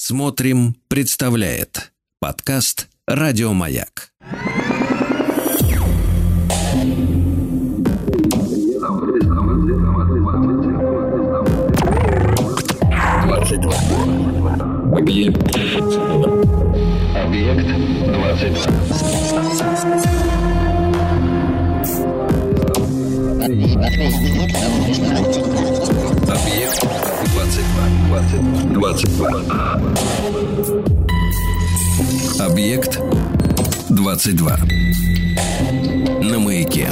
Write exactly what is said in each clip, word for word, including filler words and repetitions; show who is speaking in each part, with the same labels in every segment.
Speaker 1: Смотрим, представляет подкаст «Радио Маяк».
Speaker 2: двадцать два. Объект. Объект двадцать два. Объект двадцать два. двадцать два. Объект двадцать два. На Маяке.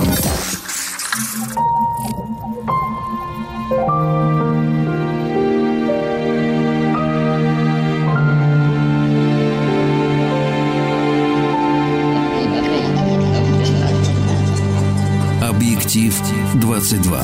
Speaker 2: Объектив двадцать два.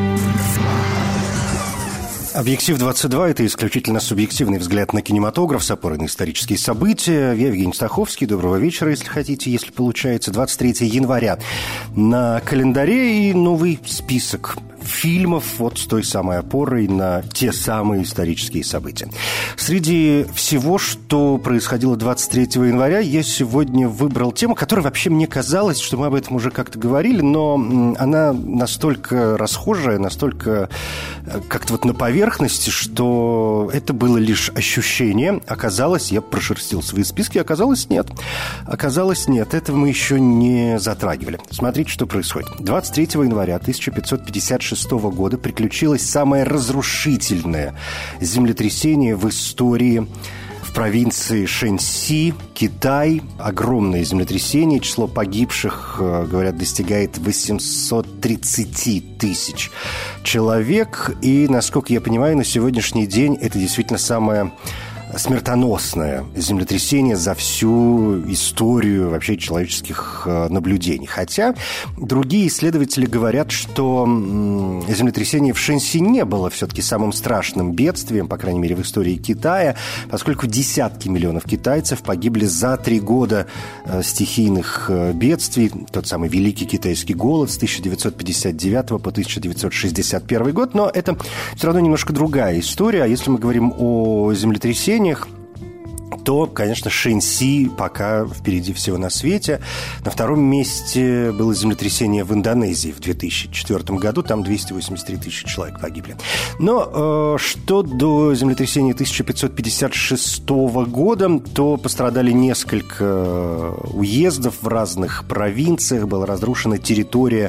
Speaker 3: Объектив двадцать два – это исключительно субъективный взгляд на кинематограф с опорой на исторические события. Я Евгений Стаховский. Доброго вечера, если хотите, если получается. двадцать третьего января на календаре и новый список фильмов вот с той самой опорой на те самые исторические события. Среди всего, что происходило двадцать третьего января, я сегодня выбрал тему, которая вообще мне казалось, что мы об этом уже как-то говорили, но она настолько расхожая, настолько как-то вот на поверхности, что это было лишь ощущение. Оказалось, я прошерстил свои списки, оказалось, нет. Оказалось, нет. Этого мы еще не затрагивали. Смотрите, что происходит. двадцать третьего января тысяча пятьсот пятьдесят шестого года приключилось самое разрушительное землетрясение в истории в провинции Шэньси, Китай. Огромное землетрясение. Число погибших, говорят, достигает восемьсот тридцать тысяч человек. И, насколько я понимаю, на сегодняшний день это действительно самое смертоносное землетрясение за всю историю вообще человеческих наблюдений. Хотя другие исследователи говорят, что землетрясение в Шэньси не было все-таки самым страшным бедствием, по крайней мере, в истории Китая, поскольку десятки миллионов китайцев погибли за три года стихийных бедствий. Тот самый Великий Китайский голод с тысяча девятьсот пятьдесят девятого по тысяча девятьсот шестьдесят первый год. Но это все равно немножко другая история. А если мы говорим о землетрясении, то, конечно, Шэньси пока впереди всего на свете. На втором месте было землетрясение в Индонезии в две тысячи четвёртом году. Там двести восемьдесят три тысячи человек погибли. Но э, что до землетрясения тысяча пятьсот пятьдесят шестого года, то пострадали несколько уездов в разных провинциях. Была разрушена территория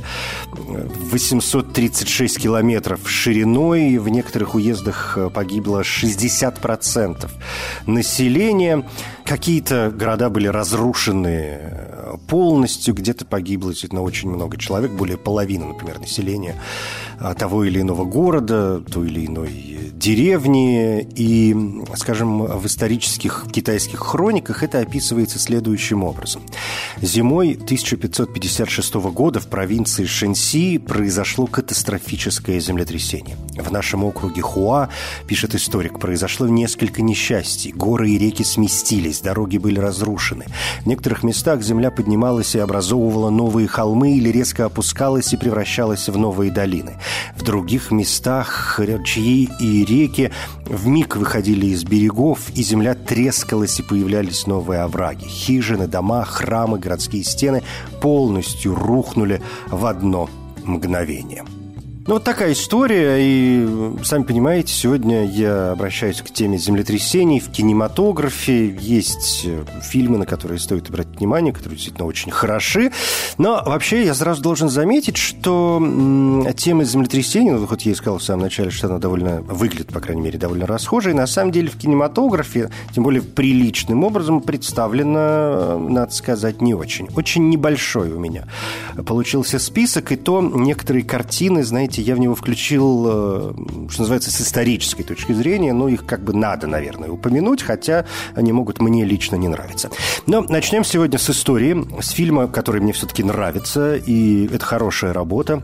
Speaker 3: восемьсот тридцать шесть километров шириной. В некоторых уездах погибло шестьдесят процентов населения. Какие-то города были разрушены полностью, где-то погибло действительно очень много человек, более половины, например, населения того или иного города, той или иной деревни. И, скажем, в исторических китайских хрониках это описывается следующим образом. Зимой тысяча пятьсот пятьдесят шестого года в провинции Шэньси произошло катастрофическое землетрясение. В нашем округе Хуа, пишет историк, произошло несколько несчастий. Горы и реки сместились, дороги были разрушены. В некоторых местах земля поднималась и образовывала новые холмы или резко опускалась и превращалась в новые долины. В других местах ручьи и реки вмиг выходили из берегов, и земля трескалась, и появлялись новые овраги. Хижины, дома, храмы, городские стены полностью рухнули в одно мгновение. Ну, вот такая история, и, сами понимаете, сегодня я обращаюсь к теме землетрясений в кинематографе. Есть фильмы, на которые стоит обратить внимание, которые действительно очень хороши. Но вообще я сразу должен заметить, что м, тема землетрясений, ну, хоть я и сказал в самом начале, что она довольно выглядит, по крайней мере, довольно расхожей, на самом деле в кинематографе, тем более приличным образом, представлена, надо сказать, не очень. Очень небольшой у меня получился список, и то некоторые картины, знаете, я в него включил, что называется, с исторической точки зрения. Ну, их как бы надо, наверное, упомянуть, хотя они могут мне лично не нравиться. Но начнем сегодня с истории, с фильма, который мне все-таки нравится, и это хорошая работа.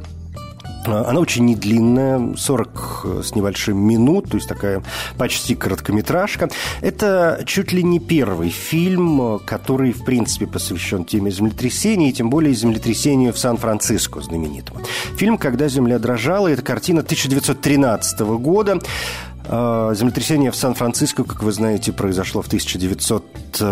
Speaker 3: Она очень недлинная, сорок с небольшим минут, то есть такая почти короткометражка. Это чуть ли не первый фильм, который, в принципе, посвящен теме землетрясений, и тем более землетрясению в Сан-Франциско знаменитому. Фильм «Когда земля дрожала» – это картина тысяча девятьсот тринадцатого года. Землетрясение в Сан-Франциско, как вы знаете, произошло в тысяча девятьсот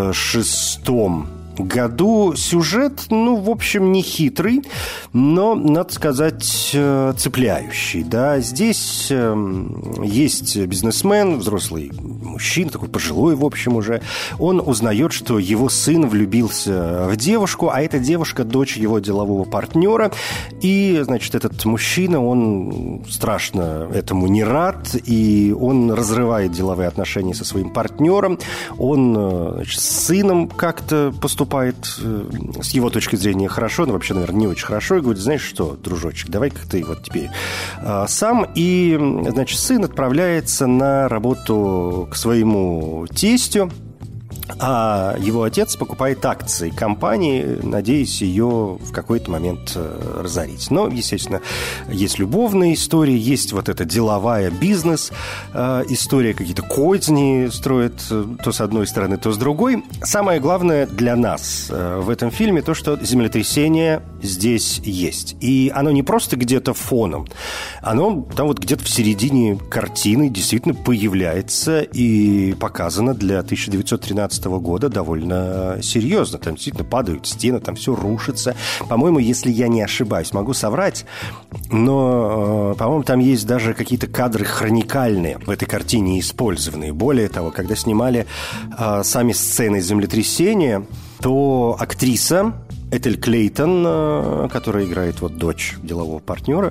Speaker 3: шестом году. Сюжет, ну, в общем, не хитрый, но, надо сказать, цепляющий. Да? Здесь есть бизнесмен, взрослый мужчина, такой пожилой, в общем, уже. Он узнает, что его сын влюбился в девушку, а эта девушка – дочь его делового партнера. И, значит, этот мужчина, он страшно этому не рад, и он разрывает деловые отношения со своим партнером. Он, значит, с сыном как-то поступает с его точки зрения хорошо, но вообще, наверное, не очень хорошо, и говорит: знаешь что, дружочек, давай-ка ты вот теперь а, сам. И, значит, сын отправляется на работу к своему тестю, а его отец покупает акции компании, надеясь ее в какой-то момент разорить. Но, естественно, есть любовные истории, есть вот эта деловая бизнес-история, какие-то козни строят то с одной стороны, то с другой. Самое главное для нас в этом фильме то, что землетрясение здесь есть. И оно не просто где-то фоном, оно там вот где-то в середине картины действительно появляется и показано для тысяча девятьсот тринадцатого года довольно серьезно. Там действительно падают стены, там все рушится. По-моему, если я не ошибаюсь, могу соврать, но, по-моему, там есть даже какие-то кадры хроникальные в этой картине использованные. Более того, когда снимали а, сами сцены землетрясения, то актриса Этель Клейтон, которая играет вот дочь делового партнера,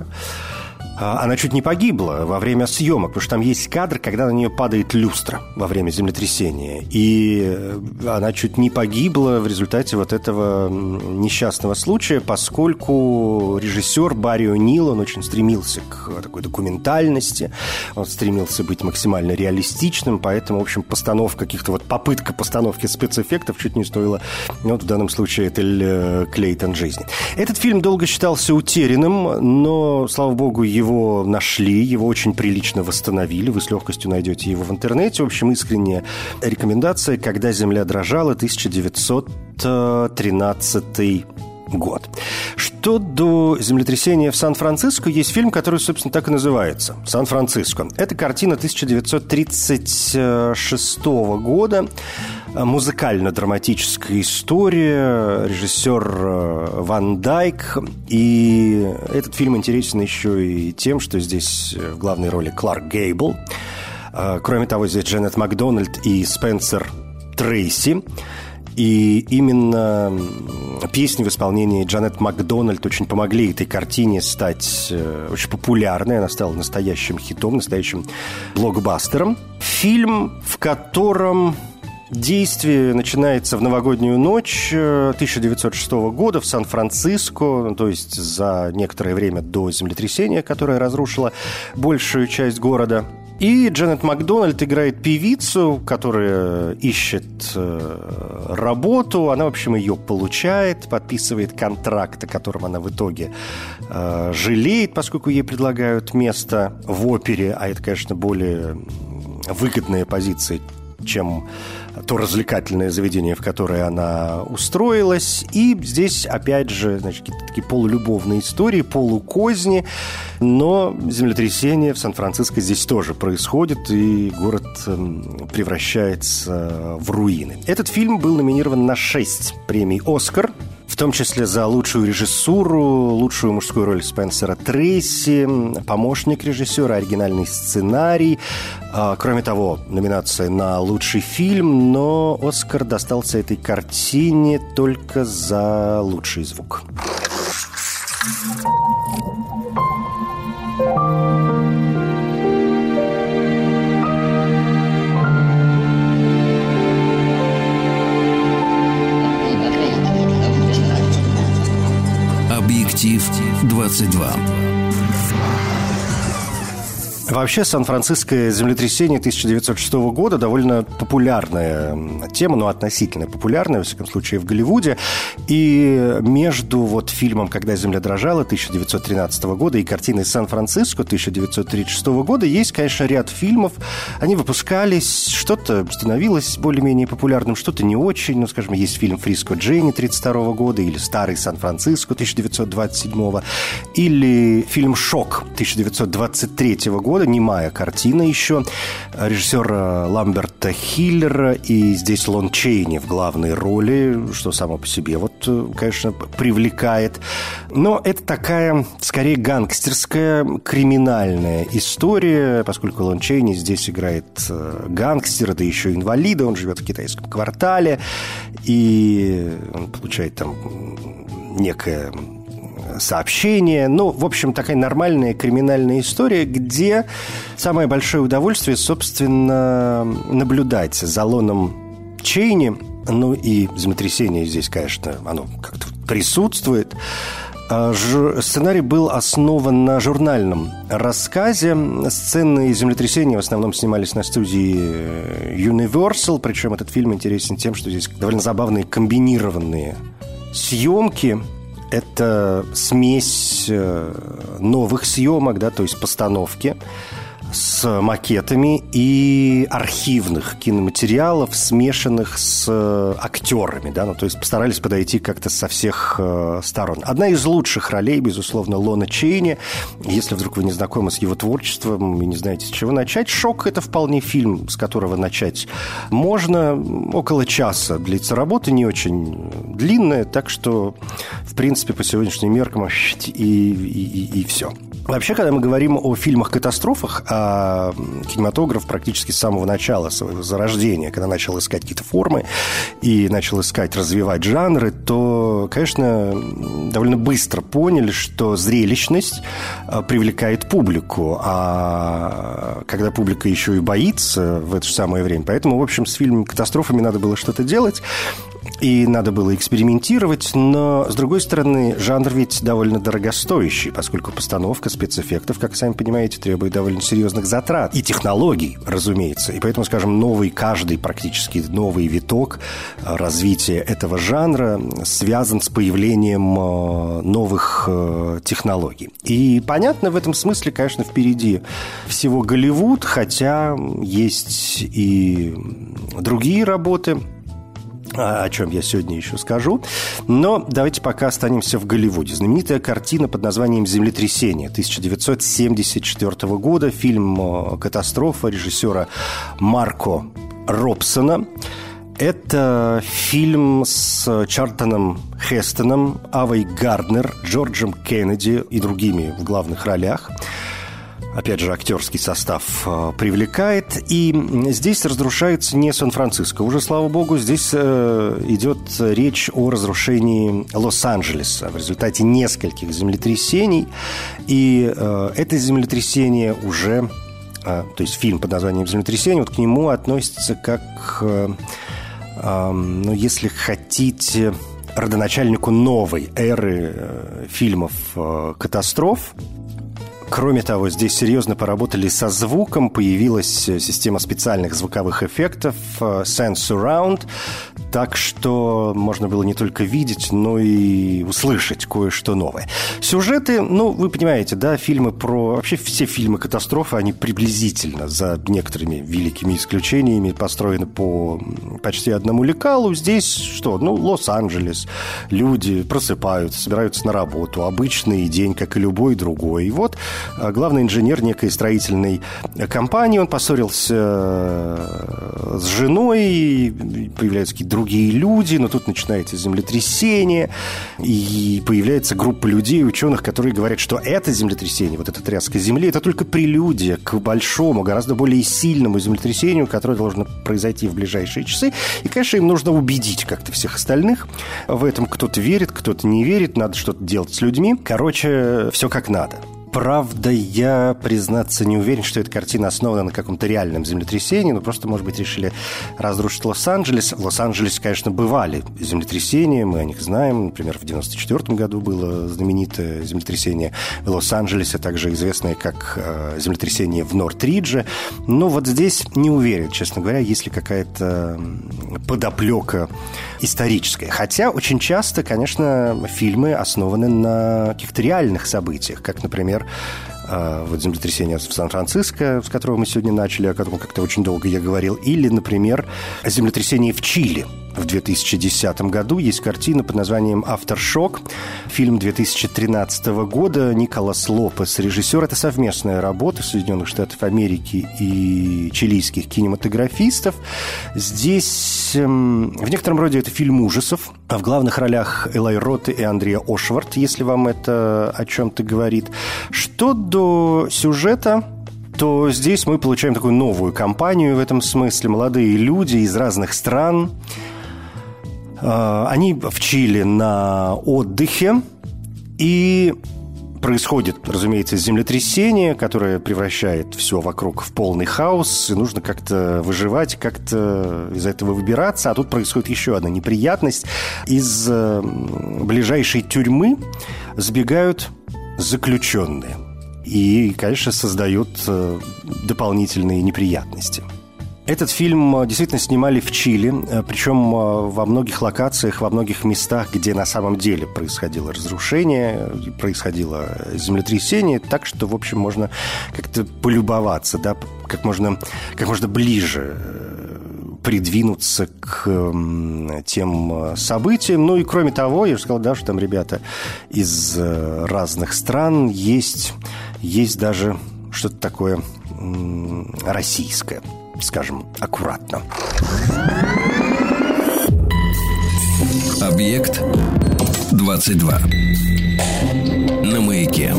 Speaker 3: она чуть не погибла во время съемок, потому что там есть кадр, когда на нее падает люстра во время землетрясения. И она чуть не погибла в результате вот этого несчастного случая, поскольку режиссер Барри О'Нил, он очень стремился к такой документальности, он стремился быть максимально реалистичным, поэтому, в общем, постановка каких-то вот попытка постановки спецэффектов чуть не стоила, вот в данном случае, Этель Клейтон жизни. Этот фильм долго считался утерянным, но, слава богу, его Его нашли, его очень прилично восстановили. Вы с легкостью найдете его в интернете. В общем, искренняя рекомендация «Когда земля дрожала», тысяча девятьсот тринадцатый год. Что до землетрясения в Сан-Франциско, есть фильм, который, собственно, так и называется «Сан-Франциско». Это картина тысяча девятьсот тридцать шестого года. Музыкально-драматическая история, режиссер Ван Дайк. И этот фильм интересен еще и тем, что здесь в главной роли Кларк Гейбл. Кроме того, здесь Джанет Макдональд и Спенсер Трейси. И именно песни в исполнении Джанет Макдональд очень помогли этой картине стать очень популярной. Она стала настоящим хитом, настоящим блокбастером. Фильм, в котором действие начинается в новогоднюю ночь тысяча девятьсот шестого года в Сан-Франциско, то есть за некоторое время до землетрясения, которое разрушило большую часть города. И Джанет Макдональд играет певицу, которая ищет работу. Она, в общем, ее получает, подписывает контракт, о котором она в итоге э, жалеет, поскольку ей предлагают место в опере. А это, конечно, более выгодная позиция, чем то развлекательное заведение, в которое она устроилась. И здесь, опять же, значит, какие-то такие полулюбовные истории, полукозни. Но землетрясение в Сан-Франциско здесь тоже происходит, и город превращается в руины. Этот фильм был номинирован на шесть премий «Оскар», в том числе за лучшую режиссуру, лучшую мужскую роль Спенсера Трейси, помощник режиссера, оригинальный сценарий. Кроме того, номинация на лучший фильм, но «Оскар» достался этой картине только за лучший звук.
Speaker 1: Объектив двадцать два.
Speaker 3: Вообще, Сан-Франциское землетрясение тысяча девятьсот шестого года довольно популярная тема, но относительно популярная, во всяком случае, в Голливуде. И между вот фильмом «Когда земля дрожала» тысяча девятьсот тринадцатого года и картиной «Сан-Франциско» тысяча девятьсот тридцать шестого года есть, конечно, ряд фильмов. Они выпускались, что-то становилось более-менее популярным, что-то не очень. Ну, скажем, есть фильм «Фриско Дженни» тридцать второго года, или «Старый Сан-Франциско» тысяча девятьсот двадцать седьмого, или фильм «Шок» тысяча девятьсот двадцать третьего года. немая картина еще режиссера Ламберта Хиллера, и здесь Лон Чейни в главной роли, что само по себе, вот, конечно, привлекает. Но это такая, скорее, гангстерская, криминальная история, поскольку Лон Чейни здесь играет гангстера, да еще инвалида, он живет в китайском квартале, и он получает там некое сообщение. Ну, в общем, такая нормальная криминальная история, где самое большое удовольствие, собственно, наблюдать за Лоном Чейни. Ну, и землетрясение здесь, конечно, оно как-то присутствует. Сценарий был основан на журнальном рассказе. Сцены землетрясения в основном снимались на студии Universal, причем этот фильм интересен тем, что здесь довольно забавные комбинированные съемки. Это смесь новых съемок, да, то есть постановки с макетами и архивных киноматериалов, смешанных с актерами, да, ну, то есть постарались подойти как-то со всех э, сторон. Одна из лучших ролей, безусловно, Лона Чейни. Если вдруг вы не знакомы с его творчеством и не знаете, с чего начать, «Шок» — это вполне фильм, с которого начать можно. Около часа длится работа, не очень длинная, так что, в принципе, по сегодняшним меркам и, и, и, и все. Вообще, когда мы говорим о фильмах-катастрофах, а кинематограф практически с самого начала своего зарождения, когда начал искать какие-то формы и начал искать, развивать жанры, то, конечно, довольно быстро поняли, что зрелищность привлекает публику, а когда публика еще и боится в это же самое время. Поэтому, в общем, с фильмами-катастрофами надо было что-то делать. И надо было экспериментировать, но, с другой стороны, жанр ведь довольно дорогостоящий, поскольку постановка спецэффектов, как сами понимаете, требует довольно серьезных затрат. И технологий, разумеется. И поэтому, скажем, новый, каждый практически новый виток развития этого жанра связан с появлением новых технологий. И понятно, в этом смысле, конечно, впереди всего Голливуд, хотя есть и другие работы, о чем я сегодня еще скажу. Но давайте пока останемся в Голливуде. Знаменитая картина под названием «Землетрясение» тысяча девятьсот семьдесят четвёртого года. Фильм «Катастрофа» режиссера Марко Робсона. Это фильм с Чарльтоном Хестоном, Авой Гарднер, Джорджем Кеннеди и другими в главных ролях. Опять же, актерский состав э, привлекает. И здесь разрушается не Сан-Франциско. Уже, слава богу, здесь э, идет речь о разрушении Лос-Анджелеса в результате нескольких землетрясений. И э, это землетрясение уже... Э, то есть фильм под названием «Землетрясение», вот к нему относится как, э, э, ну, если хотите, родоначальнику новой эры э, фильмов э, «Катастроф». Кроме того, здесь серьезно поработали со звуком. Появилась система специальных звуковых эффектов Sound Surround. Так что можно было не только видеть, но и услышать кое-что новое. Сюжеты, ну, вы понимаете, да, фильмы про... Вообще все фильмы катастрофы, они приблизительно, за некоторыми великими исключениями, построены по почти одному лекалу. Здесь что? Ну, Лос-Анджелес. Люди просыпаются, собираются на работу. Обычный день, как и любой другой. И вот главный инженер некой строительной компании, он поссорился с женой, появляются какие-то другие люди, но тут начинается землетрясение, и появляется группа людей, ученых, которые говорят, что это землетрясение, вот эта тряска земли, это только прелюдия к большому, гораздо более сильному землетрясению, которое должно произойти в ближайшие часы. И, конечно, им нужно убедить как-то всех остальных. В этом кто-то верит, кто-то не верит, надо что-то делать с людьми. Короче, все как надо. Правда, я, признаться, не уверен, что эта картина основана на каком-то реальном землетрясении, но просто, может быть, решили разрушить Лос-Анджелес. В Лос-Анджелесе, конечно, бывали землетрясения, мы о них знаем. Например, в девяносто четвёртом году было знаменитое землетрясение в Лос-Анджелесе, также известное как землетрясение в Нортридже. Но вот здесь не уверен, честно говоря, есть ли какая-то подоплека историческая. Хотя очень часто, конечно, фильмы основаны на каких-то реальных событиях, как, например, вот землетрясение в Сан-Франциско, с которого мы сегодня начали, о котором как-то очень долго я говорил, или, например, землетрясение в Чили в две тысячи десятом году. Есть картина под названием «Aftershock». Фильм две тысячи тринадцатого года. Николас Лопес, режиссер. Это совместная работа Соединенных Штатов Америки и чилийских кинематографистов. Здесь эм, в некотором роде это фильм ужасов. А в главных ролях Элай Рот и Андреа Ошвард, если вам это о чем-то говорит. Что до сюжета, то здесь мы получаем такую новую компанию в этом смысле. Молодые люди из разных стран. Они в Чили на отдыхе, и происходит, разумеется, землетрясение, которое превращает все вокруг в полный хаос, и нужно как-то выживать, как-то из этого выбираться. А тут происходит еще одна неприятность. Из ближайшей тюрьмы сбегают заключенные. И, конечно, создают дополнительные неприятности. Этот фильм действительно снимали в Чили, причем во многих локациях, во многих местах, где на самом деле происходило разрушение, происходило землетрясение, так что, в общем, можно как-то полюбоваться, да, как можно, как можно ближе придвинуться к тем событиям. Ну и кроме того, я же сказал, да, что там ребята из разных стран, есть, есть даже что-то такое российское. Скажем, аккуратно.
Speaker 1: Объект двадцать два. На Маяке.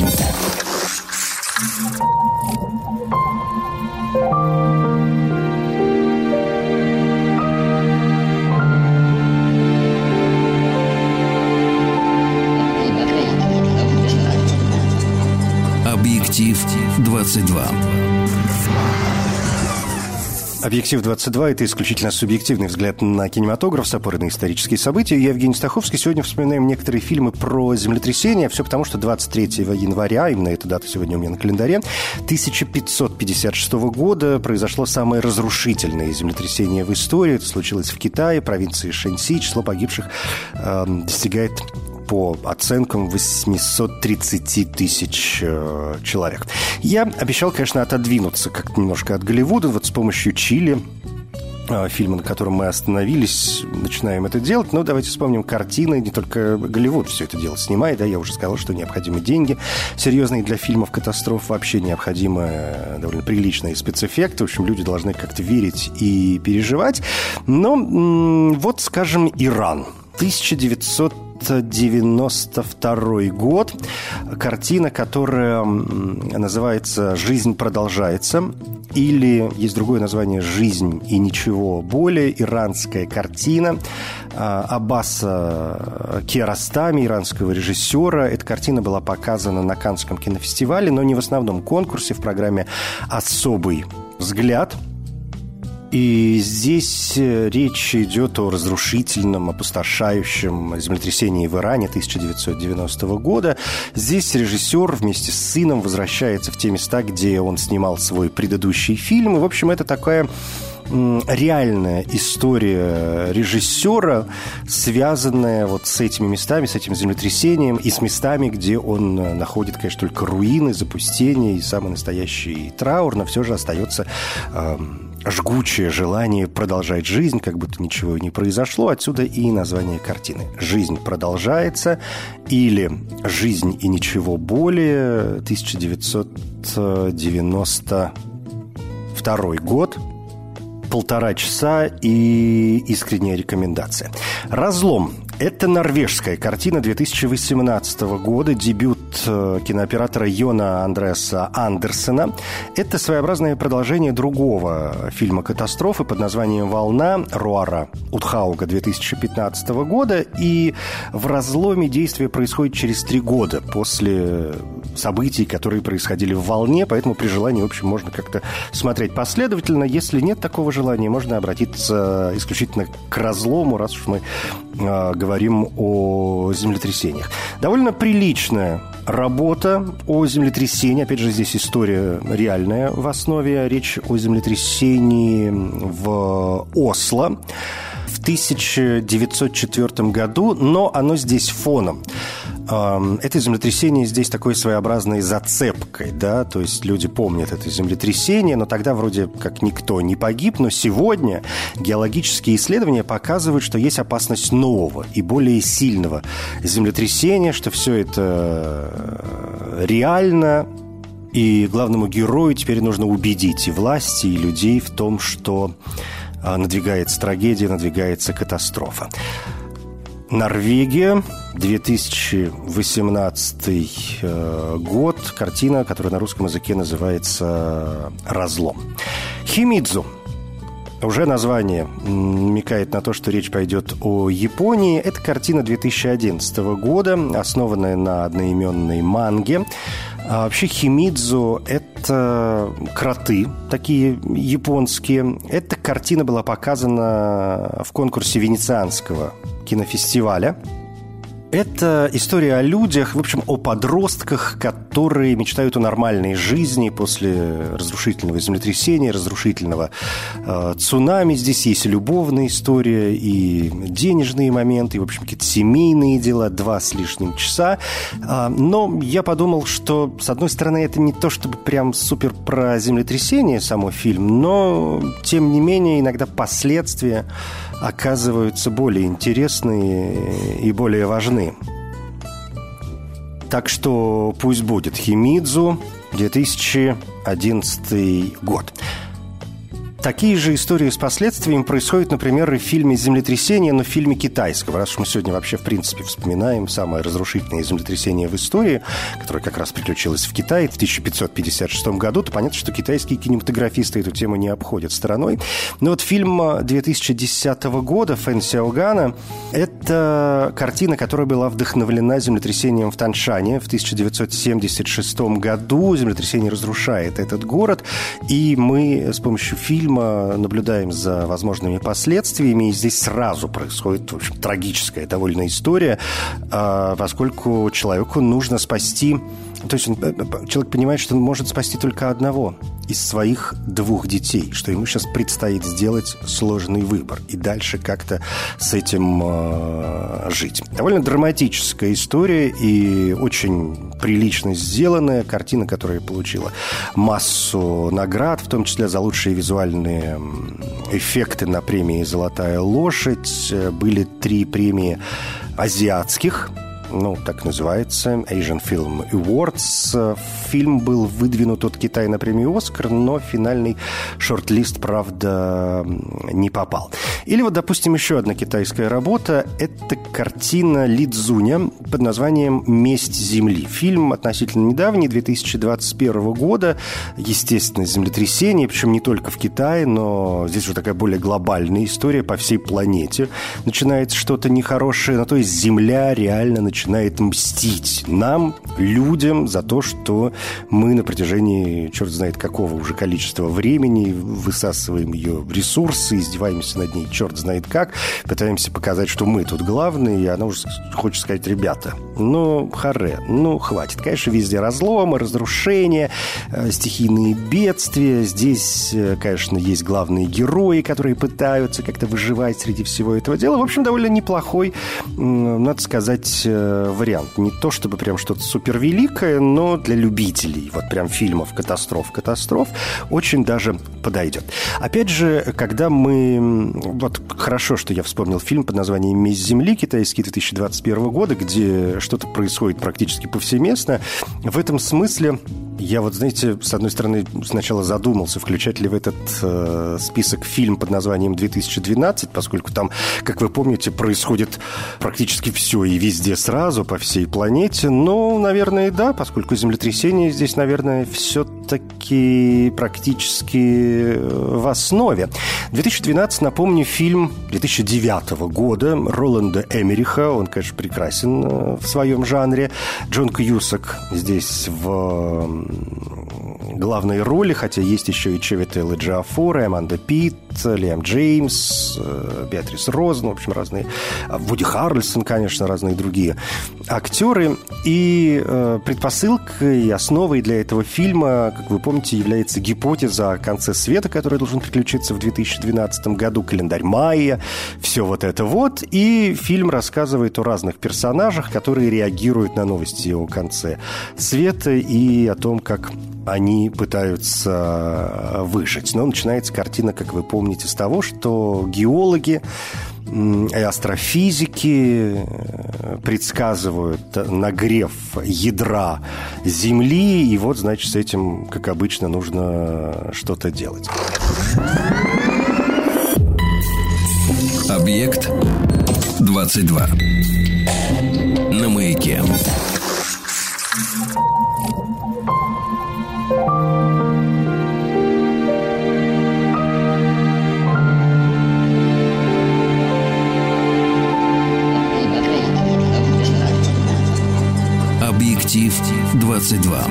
Speaker 1: Объектив двадцать два.
Speaker 3: «Объектив двадцать два» – это исключительно субъективный взгляд на кинематограф с опорой на исторические события. Я Евгений Стаховский. Сегодня вспоминаем некоторые фильмы про землетрясения. Все потому, что двадцать третьего января, именно эта дата сегодня у меня на календаре, тысяча пятьсот пятьдесят шестого года произошло самое разрушительное землетрясение в истории. Это случилось в Китае, провинции Шэньси. Число погибших э, достигает, по оценкам, восемьсот тридцать тысяч э, человек. Я обещал, конечно, отодвинуться как-то немножко от Голливуда. Вот с помощью Чили, э, фильма, на котором мы остановились, начинаем это делать. Но давайте вспомним картины. Не только Голливуд все это дело снимает. Да? Я уже сказал, что необходимы деньги серьезные для фильмов катастроф. Вообще необходимы довольно приличные спецэффекты. В общем, люди должны как-то верить и переживать. Но м- вот, скажем, Иран. тысяча девятьсот девяносто второй год. Картина, которая называется «Жизнь продолжается», или есть другое название «Жизнь и ничего более». Иранская картина Аббаса Киаростами, иранского режиссера. Эта картина была показана на Каннском кинофестивале, но не в основном конкурсе, в программе «Особый взгляд». И здесь речь идет о разрушительном, опустошающем землетрясении в Иране тысяча девятьсот девяностого года. Здесь режиссер вместе с сыном возвращается в те места, где он снимал свой предыдущий фильм. И, в общем, это такая реальная история режиссера, связанная вот с этими местами, с этим землетрясением и с местами, где он находит, конечно, только руины, запустения и самый настоящий траур, но все же остается э, жгучее желание продолжать жизнь, как будто ничего не произошло. Отсюда и название картины. «Жизнь продолжается» или «Жизнь и ничего более», тысяча девятьсот девяносто второй год. Полтора часа и искренняя рекомендация. «Разлом». Это норвежская картина две тысячи восемнадцатого года, дебют кинооператора Йона Андреаса Андерсена. Это своеобразное продолжение другого фильма катастрофы под названием «Волна» Роара Утхауга две тысячи пятнадцатого года. И в «Разломе» действие происходит через три года после событий, которые происходили в «Волне», поэтому при желании, в общем, можно как-то смотреть последовательно. Если нет такого желания, можно обратиться исключительно к «Разлому», раз уж мы э, говорим о землетрясениях. Довольно приличная работа о землетрясении. Опять же, здесь история реальная в основе. Речь о землетрясении в Осло в тысяча девятьсот четвёртом году, но оно здесь фоном. это землетрясение здесь такой своеобразной зацепкой, да, то есть люди помнят это землетрясение, но тогда вроде как никто не погиб, но сегодня геологические исследования показывают, что есть опасность нового и более сильного землетрясения, что все это реально, и главному герою теперь нужно убедить и власти, и людей в том, что надвигается трагедия, надвигается катастрофа. Норвегия, две тысячи восемнадцатый год, картина, которая на русском языке называется «Разлом». Химидзу. Уже название намекает на то, что речь пойдет о Японии. Это картина две тысячи одиннадцатого года, основанная на одноименной манге. А вообще Химидзу – это кроты такие японские. Эта картина была показана в конкурсе Венецианского кинофестиваля. Это история о людях, в общем, о подростках, которые мечтают о нормальной жизни после разрушительного землетрясения, разрушительного э, цунами. Здесь есть и любовная история, и денежные моменты, и, в общем, какие-то семейные дела, два с лишним часа. Э, но я подумал, что, с одной стороны, это не то, чтобы прям супер про землетрясение само фильм, но, тем не менее, иногда последствия оказываются более интересные и более важны. Так что пусть будет Химидзу, две тысячи одиннадцатый год. Такие же истории с последствиями происходят, например, и в фильме «Землетрясение», но в фильме китайского. Раз уж мы сегодня вообще, в принципе, вспоминаем самое разрушительное землетрясение в истории, которое как раз приключилось в Китае в тысяча пятьсот пятьдесят шестом году, то понятно, что китайские кинематографисты эту тему не обходят стороной. Но вот фильм две тысячи десятого года Фэн Сяогана – это картина, которая была вдохновлена землетрясением в Таншане в тысяча девятьсот семьдесят шестом году. Землетрясение разрушает этот город, и мы с помощью фильма наблюдаем за возможными последствиями, и здесь сразу происходит, в общем, трагическая довольно история, поскольку человеку нужно спасти, то есть он, человек понимает, что он может спасти только одного из своих двух детей, что ему сейчас предстоит сделать сложный выбор и дальше как-то с этим э, жить. Довольно драматическая история и очень прилично сделанная картина, которая получила массу наград, в том числе за лучшие визуальные эффекты на премии «Золотая лошадь». Были три премии азиатских, ну, так называется, Asian Film Awards. Фильм был выдвинут от Китая на премию «Оскар», но финальный шорт-лист, правда, не попал. Или вот, допустим, еще одна китайская работа. Это картина Ли Цзуня под названием «Месть земли». Фильм относительно недавний, две тысячи двадцать первого года. Естественно, землетрясение, причем не только в Китае, но здесь уже такая более глобальная история по всей планете. Начинается что-то нехорошее, ну, то есть земля реально начинает начинает мстить нам, людям, за то, что мы на протяжении черт знает какого уже количества времени высасываем ее ресурсы, издеваемся над ней черт знает как, пытаемся показать, что мы тут главные, и она уже хочет сказать: ребята, ну, харе, ну, хватит. Конечно, везде разломы, разрушения, стихийные бедствия. Здесь, конечно, есть главные герои, которые пытаются как-то выживать среди всего этого дела. В общем, довольно неплохой, надо сказать, вариант. Не то чтобы прям что-то супервеликое, но для любителей вот прям фильмов катастроф-катастроф очень даже подойдет. Опять же, когда мы... Вот хорошо, что я вспомнил фильм под названием «Месть земли», китайский, две тысячи двадцать первого года, где что-то происходит практически повсеместно. В этом смысле я вот, знаете, с одной стороны, сначала задумался, включать ли в этот э, список фильм под названием две тысячи двенадцать, поскольку там, как вы помните, происходит практически все и везде сразу, по всей планете. Но, наверное, да, поскольку землетрясение здесь, наверное, все-таки практически в основе. две тысячи двенадцать, напомню, фильм две тысячи девятого года Роланда Эммериха. Он, конечно, прекрасен в своем жанре. Джон Кьюсак здесь в главные роли, хотя есть еще и Чевител и Джиафора, Аманда Питт, Лиам Джеймс, Беатрис Роз, ну, в общем, разные. Вуди Харрельсон, конечно, разные другие актеры. И э, предпосылкой и основой для этого фильма, как вы помните, является гипотеза о конце света, который должен приключиться в две тысячи двенадцатом году, календарь майя, все вот это вот. И фильм рассказывает о разных персонажах, которые реагируют на новости о конце света и о том, как они пытаются выжить. Но начинается картина, как вы помните, с того, что геологи и астрофизики предсказывают нагрев ядра Земли, и вот, значит, с этим, как обычно, нужно что-то делать.
Speaker 1: Объект двадцать два. На Маяке. Объектив двадцать два.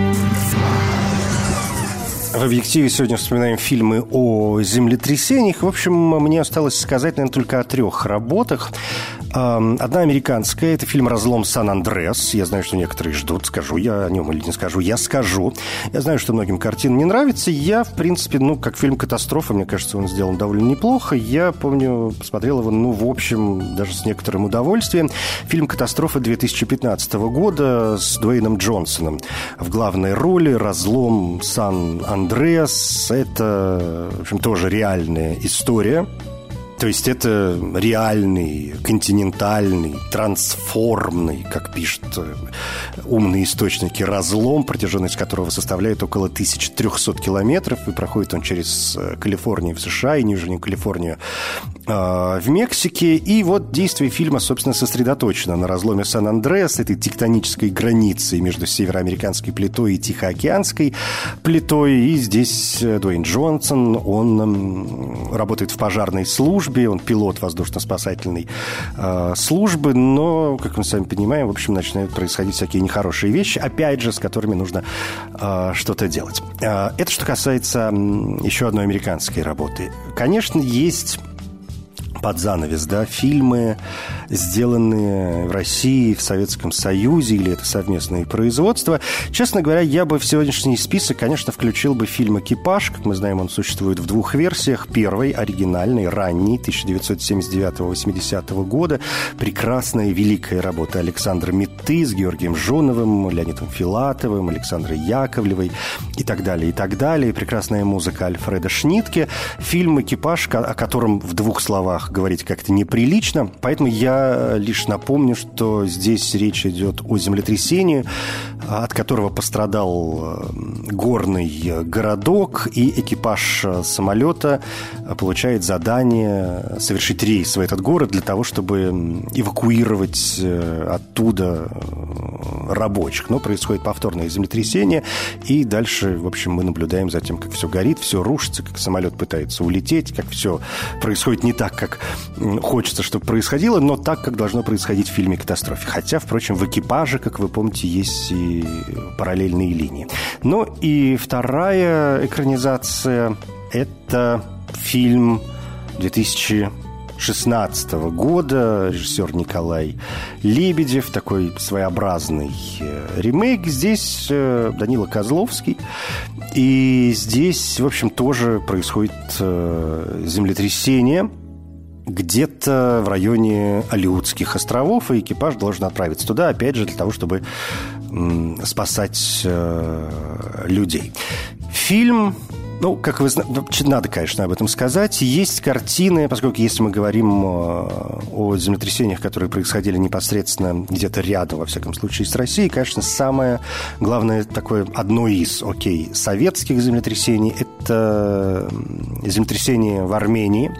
Speaker 3: В «Объективе» сегодня вспоминаем фильмы о землетрясениях. В общем, мне осталось сказать, наверное, только о трех работах. Одна американская – это фильм «Разлом Сан-Андреас». Я знаю, что некоторые ждут, скажу я о нем или не скажу. Я скажу. Я знаю, что многим картина не нравится. Я, в принципе, ну, как фильм «Катастрофа», мне кажется, он сделан довольно неплохо. Я, помню, посмотрел его, ну, в общем, даже с некоторым удовольствием. Фильм «Катастрофа» две тысячи пятнадцатого года с Дуэйном Джонсоном в главной роли. «Разлом Сан-Андреас» – это, в общем, тоже реальная история. То есть это реальный, континентальный, трансформный, как пишут умные источники, разлом, протяженность которого составляет около тысяча триста километров, и проходит он через Калифорнию в США и Нижнюю Калифорнию э, в Мексике. И вот действие фильма, собственно, сосредоточено на разломе Сан-Андреас, этой тектонической границы между североамериканской плитой и Тихоокеанской плитой. И здесь Дуэйн Джонсон, он э, работает в пожарной службе, он пилот воздушно-спасательной э, службы, но, как мы сами понимаем, в общем, начинают происходить всякие нехорошие вещи, опять же, с которыми нужно э, что-то делать. Э, это что касается э, еще одной американской работы. Конечно, есть под занавес, да, фильмы, сделанные в России, в Советском Союзе, или это совместное производство. Честно говоря, я бы в сегодняшний список, конечно, включил бы фильм «Экипаж». Как мы знаем, он существует в двух версиях. Первой, оригинальной, ранней, тысяча девятьсот семьдесят девятого — восьмидесятого года. Прекрасная, великая работа Александра Митты с Георгием Жоновым, Леонидом Филатовым, Александрой Яковлевой и так далее, и так далее. Прекрасная музыка Альфреда Шнитке. Фильм «Экипаж», о котором в двух словах говорить как-то неприлично, поэтому я лишь напомню, что здесь речь идет о землетрясении, от которого пострадал горный городок, и экипаж самолета получает задание совершить рейс в этот город для того, чтобы эвакуировать оттуда рабочих. Но происходит повторное землетрясение, и дальше, в общем, мы наблюдаем за тем, как все горит, все рушится, как самолет пытается улететь, как все происходит не так, как хочется, чтобы происходило, но так, как должно происходить в фильме «Катастрофе». Хотя, впрочем, в «Экипаже», как вы помните, есть и параллельные линии. Ну и вторая экранизация – это фильм две тысячи шестнадцатого года, режиссер Николай Лебедев, такой своеобразный ремейк. Здесь Данила Козловский, и здесь, в общем, тоже происходит землетрясение где-то в районе Алеутских островов, и экипаж должен отправиться туда, опять же, для того, чтобы спасать людей. Фильм... Ну, как вы знаете, надо, конечно, об этом сказать. Есть картины, поскольку если мы говорим о землетрясениях, которые происходили непосредственно где-то рядом, во всяком случае, с Россией, конечно, самое главное такое, одно из, окей, советских землетрясений, это землетрясение в Армении,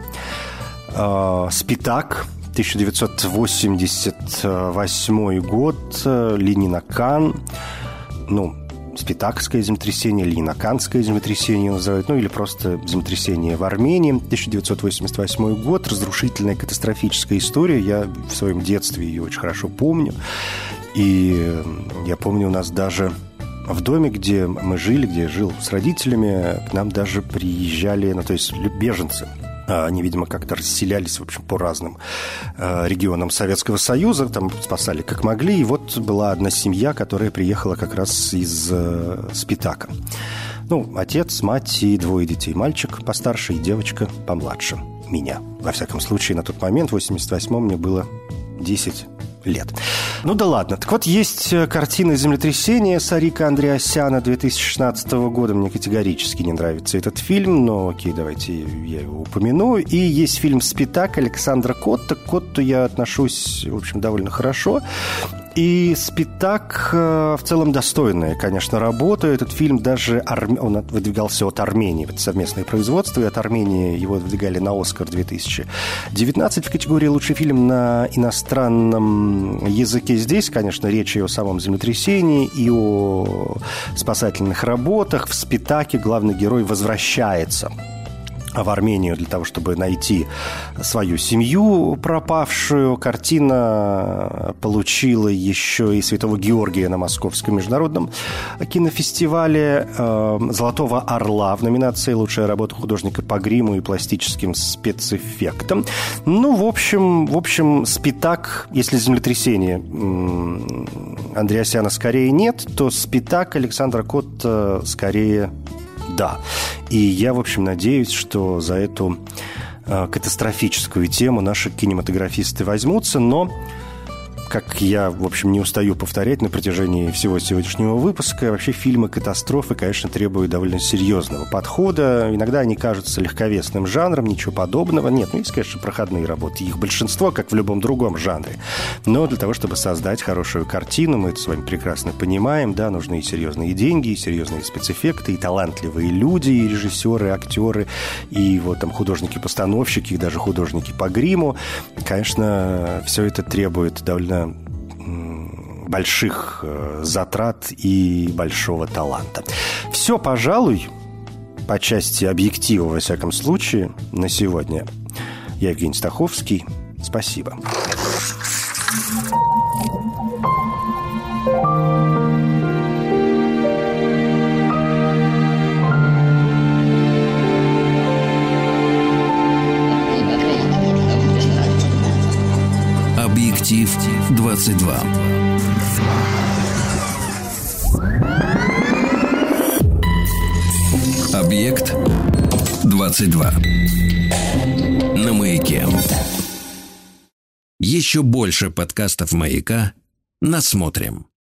Speaker 3: Спитак, тысяча девятьсот восемьдесят восьмой год, Ленинакан, ну, Спитакское землетрясение, Ленинаканское землетрясение называют, ну или просто землетрясение в Армении. тысяча девятьсот восемьдесят восьмой год, разрушительная катастрофическая история. Я в своем детстве ее очень хорошо помню. И я помню, у нас даже в доме, где мы жили, где я жил с родителями, к нам даже приезжали, ну, то есть беженцы. Они, видимо, как-то расселялись, в общем, по разным э, регионам Советского Союза, там спасали как могли. И вот была одна семья, которая приехала как раз из э, Спитака. Ну, отец, мать и двое детей. Мальчик постарше и девочка помладше меня. Во всяком случае, на тот момент, в восемьдесят восьмом, мне было десять лет. Ну да ладно. Так вот, есть картина «Землетрясение» Сарика Андреасяна две тысячи шестнадцатого года. Мне категорически не нравится этот фильм, но окей, давайте я его упомяну. И есть фильм «Спитак» Александра Котта. К Котту я отношусь, в общем, довольно хорошо. И «Спитак» в целом достойная, конечно, работа. Этот фильм даже арм... он выдвигался от Армении. Это совместное производство. И от Армении его выдвигали на «Оскар» две тысячи девятнадцать в категории «Лучший фильм на иностранном языке». Здесь, конечно, речь и о самом землетрясении, и о спасательных работах. В «Спитаке» главный герой возвращается в Армению для того, чтобы найти свою семью пропавшую. Картина получила еще и Святого Георгия на Московском международном кинофестивале, Золотого Орла в номинации «Лучшая работа художника по гриму и пластическим спецэффектам». Ну, в общем, в общем, «Спитак», если «Землетрясение» Андреасяна скорее нет, то «Спитак» Александра Котта скорее да. И я, в общем, надеюсь, что за эту э, катастрофическую тему наши кинематографисты возьмутся, но, как я, в общем, не устаю повторять на протяжении всего сегодняшнего выпуска, вообще фильмы-катастрофы, конечно, требуют довольно серьезного подхода. Иногда они кажутся легковесным жанром, ничего подобного. Нет, ну, есть, конечно, проходные работы. Их большинство, как в любом другом жанре. Но для того, чтобы создать хорошую картину, мы это с вами прекрасно понимаем, да, нужны и серьезные деньги, и серьезные спецэффекты, и талантливые люди, и режиссеры, и актеры, и вот там художники-постановщики, и даже художники по гриму. Конечно, все это требует довольно больших затрат и большого таланта. Все, пожалуй, по части объектива, во всяком случае, на сегодня. Я Евгений Стаховский. Спасибо.
Speaker 1: Объектив двадцать два. Объект двадцать два. На Маяке. Еще больше подкастов Маяка насмотрим.